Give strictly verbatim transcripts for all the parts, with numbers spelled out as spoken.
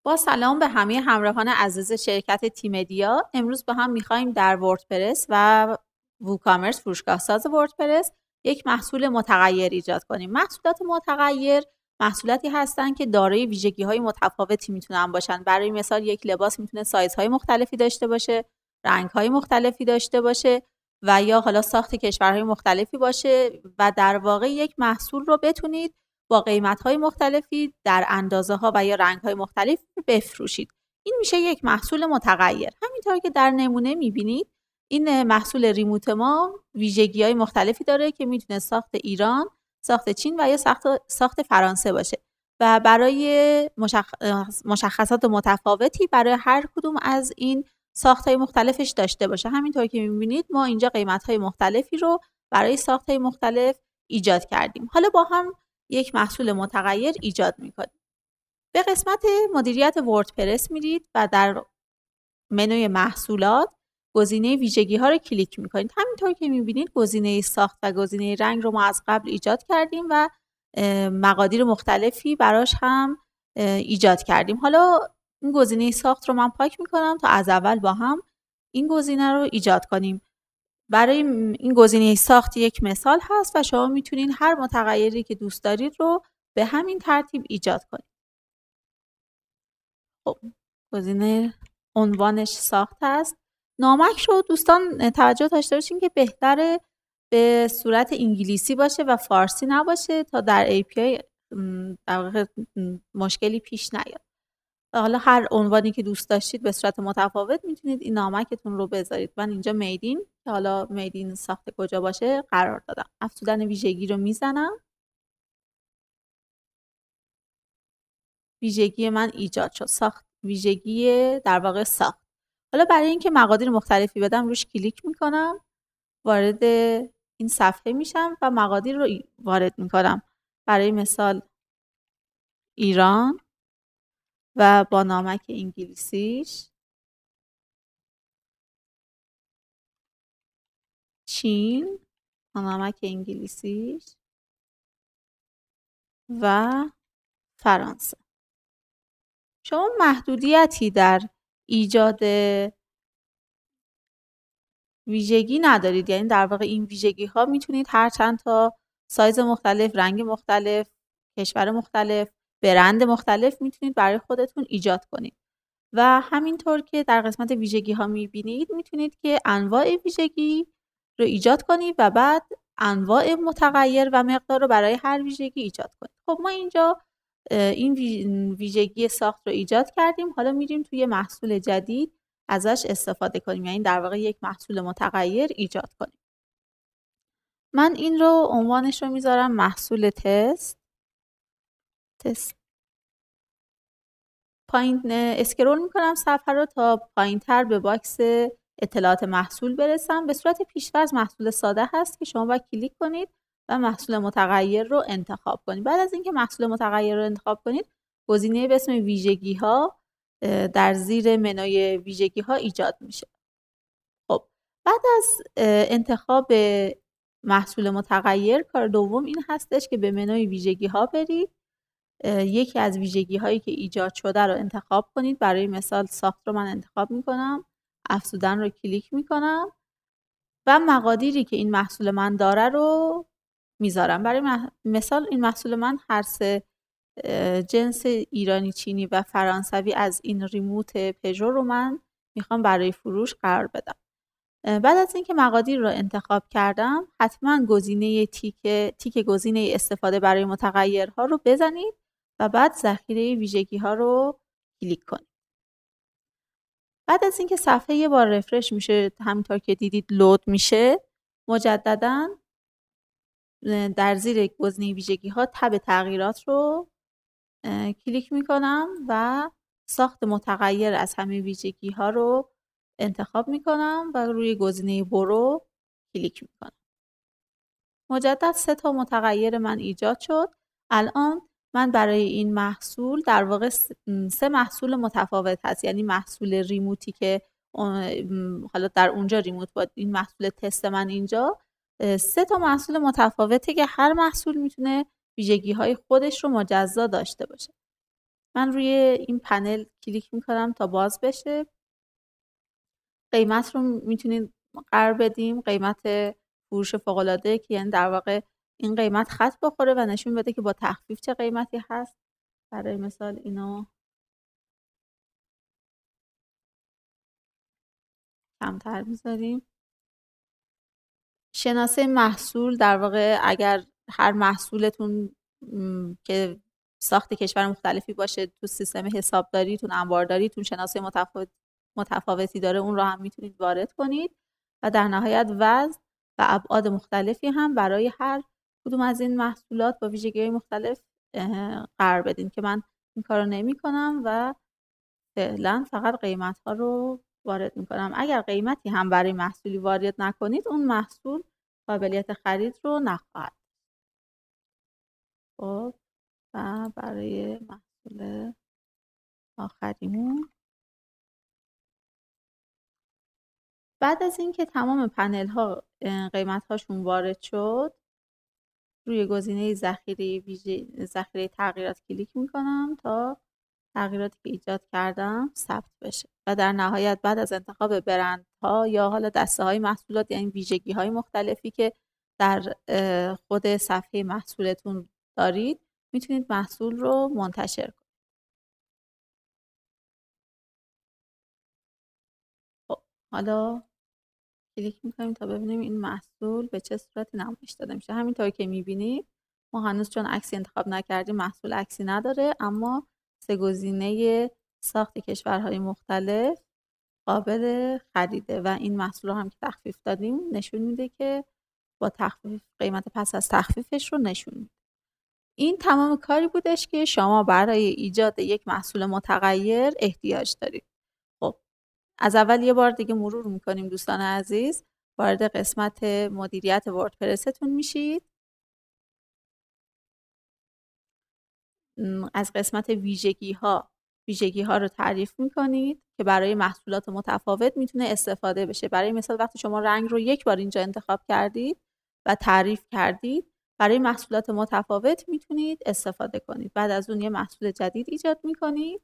با سلام به همه همراهان عزیز شرکت تیمدیا. امروز با هم می‌خوایم در وردپرس و ووکامرس فروشگاه ساز وردپرس یک محصول متغیر ایجاد کنیم. محصولات متغیر محصولاتی هستند که دارای ویژگی‌های متفاوتی میتونن باشن. برای مثال یک لباس میتونه سایزهای مختلفی داشته باشه، رنگ‌های مختلفی داشته باشه و یا حالا ساخت کشورهای مختلفی باشه و در واقع یک محصول رو بتونید با قیمت‌های مختلفی در اندازه‌ها و یا رنگ‌های مختلف بفروشید. این میشه یک محصول متغیر. همینطور که در نمونه می‌بینید این محصول ریموت ما ویژگی‌های مختلفی داره که میتونه ساخت ایران، ساخت چین و یا ساخت ساخت فرانسه باشه و برای مشخ... مشخصات متفاوتی برای هر کدوم از این ساخت‌های مختلفش داشته باشه. همینطور که می‌بینید ما اینجا قیمت‌های مختلفی رو برای ساخت‌های مختلف ایجاد کردیم. حالا با هم یک محصول متغیر ایجاد میکنید. به قسمت مدیریت وردپرس میرید و در منوی محصولات گزینه ویژگی ها رو کلیک میکنید. همینطور که میبینید گزینه ساخت و گزینه رنگ رو ما از قبل ایجاد کردیم و مقادیر مختلفی براش هم ایجاد کردیم. حالا این گزینه ساخت رو من پاک میکنم تا از اول با هم این گزینه رو ایجاد کنیم. برای این گزینه ساخت یک مثال هست و شما میتونید هر متغیری که دوست دارید رو به همین ترتیب ایجاد کنید. خب گزینه عنوانش ساخت هست. نامک رو دوستان توجه داشته باشین که بهتره به صورت انگلیسی باشه و فارسی نباشه تا در ای پی آی در واقع مشکلی پیش نیاد. حالا هر عنوانی که دوست داشتید به صورت متفاوت میتونید این نامکتون رو بذارید. من اینجا میدین که حالا میدین ساخت کجا باشه قرار دادم. افزودن ویژگی رو میزنم. ویژگی من ایجاد شد. ساخت ویژگی در واقع ساخت. حالا برای اینکه مقادیر مختلفی بدم روش کلیک میکنم. وارد این صفحه میشم و مقادیر رو وارد میکنم. برای مثال ایران و با نامک انگلیسیش، چین با نامک انگلیسیش و فرانسه. شما محدودیتی در ایجاد ویژگی ندارید، یعنی در واقع این ویژگی ها میتونید هر چند تا سایز مختلف، رنگ مختلف، کشور مختلف، برند مختلف میتونید برای خودتون ایجاد کنید. و همینطور که در قسمت ویژگی ها میبینید میتونید که انواع ویژگی رو ایجاد کنید و بعد انواع متغیر و مقدار رو برای هر ویژگی ایجاد کنید. خب ما اینجا این ویژگی ساخت رو ایجاد کردیم. حالا میریم توی محصول جدید ازش استفاده کنیم، یعنی در واقع یک محصول متغیر ایجاد کنیم. من این رو عنوانش رو میذارم محصول تست. تست پایین اسکرول میکنم صفحه رو تا پایین تر به باکس اطلاعات محصول برسم. به صورت پیش‌فرض محصول ساده هست که شما باید کلیک کنید و محصول متغیر رو انتخاب کنید. بعد از اینکه محصول متغیر رو انتخاب کنید گزینه به اسم ویژگی ها در زیر منوی ویژگی ها ایجاد میشه. خب بعد از انتخاب محصول متغیر کار دوم این هستش که به منوی ویژگی ها برید. یکی از ویژگی هایی که ایجاد شده رو انتخاب کنید. برای مثال ساخت رو من انتخاب میکنم، افزودن رو کلیک میکنم و مقادیری که این محصول من داره رو میذارم. برای مثال این محصول من هر سه جنس ایرانی، چینی و فرانسوی از این ریموت پژو رو من میخوام برای فروش قرار بدم. بعد از اینکه مقادیر رو انتخاب کردم حتما گزینه تیک تیک گزینه استفاده برای متغیرها رو بزنید و بعد ذخیره ویژگی ها رو کلیک کنید. بعد از اینکه صفحه یه بار رفرش میشه، همونطور که دیدید لود میشه، مجددا در زیر گزینه ویژگی ها تب تغییرات رو کلیک میکنم و ساخت متغیر از همه ویژگی ها رو انتخاب میکنم و روی گزینه برو کلیک میکنم. مجدد سه تا متغیر من ایجاد شد. الان من برای این محصول در واقع سه محصول متفاوت هست، یعنی محصول ریموتی که حالا در اونجا ریموت بود، این محصول تست من اینجا سه تا محصول متفاوته که هر محصول میتونه ویژگی های خودش رو مجزا داشته باشه. من روی این پنل کلیک میکنم تا باز بشه. قیمت رو میتونید قرار بدیم، قیمت فروش فوق‌العاده، که یعنی در واقع این قیمت خط بخوره و نشون بده که با تخفیف چه قیمتی هست. برای مثال اینو کمتر میذاریم. شناسه محصول، در واقع اگر هر محصولتون که ساخت کشور مختلفی باشه، تو سیستم حسابداریتون، انبارداریتون شناسه متفاوت متفاوتی داره، اون رو هم میتونید وارد کنید و در نهایت وزن و ابعاد مختلفی هم برای هر کدوم از این محصولات با ویژگی‌های مختلف قرار بدین که من این کارو نمی‌کنم و فعلا فقط قیمت ها رو وارد میکنم. اگر قیمتی هم برای محصولی وارد نکنید، اون محصول قابلیت خرید رو نخواهد. خب و برای محصول آخریمون، بعد از اینکه تمام پنل ها قیمت هاشون وارد شد، روی گزینه ذخیره ویژه ذخیره تغییرات کلیک میکنم تا تغییراتی که ایجاد کردم ثبت بشه و در نهایت بعد از انتخاب برندها یا حالا دسته های محصولات، یعنی ویژگی های مختلفی که در خود صفحه محصولتون دارید، میتونید محصول رو منتشر کنید. خب حالا کلیک میکنیم تا ببینیم این محصول به چه صورتی نمایش داده میشه. همینطور که میبینید ما هنوز چون عکسی انتخاب نکردیم محصول عکسی نداره، اما سه گزینه ساخت کشورهای مختلف قابل خریده و این محصول هم که تخفیف دادیم نشون میده که با تخفیف، قیمت پس از تخفیفش رو نشون میده. این تمام کاری بودش که شما برای ایجاد یک محصول متغیر احتیاج دارید. خب از اول یه بار دیگه مرور میکنیم دوستان عزیز. وارد قسمت مدیریت وردپرستون میشید. از قسمت ویژگی ها ویژگی ها رو تعریف میکنید که برای محصولات متفاوت میتونه استفاده بشه. برای مثال وقتی شما رنگ رو یک بار اینجا انتخاب کردید و تعریف کردید، برای محصولات متفاوت میتونید استفاده کنید. بعد از اون یه محصول جدید ایجاد میکنید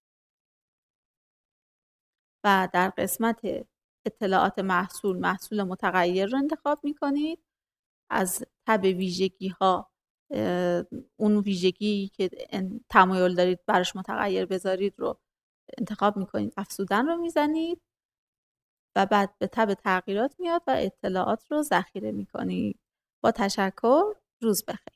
و در قسمت اطلاعات محصول، محصول متغیر رو انتخاب میکنید. از تب ویژگی ها، اون ویژگی که تمایل دارید براش متغیر بذارید رو انتخاب میکنید، افزودن رو میزنید و بعد به تب تغییرات میاد و اطلاعات رو ذخیره میکنید. با تشکر، روز بخیر.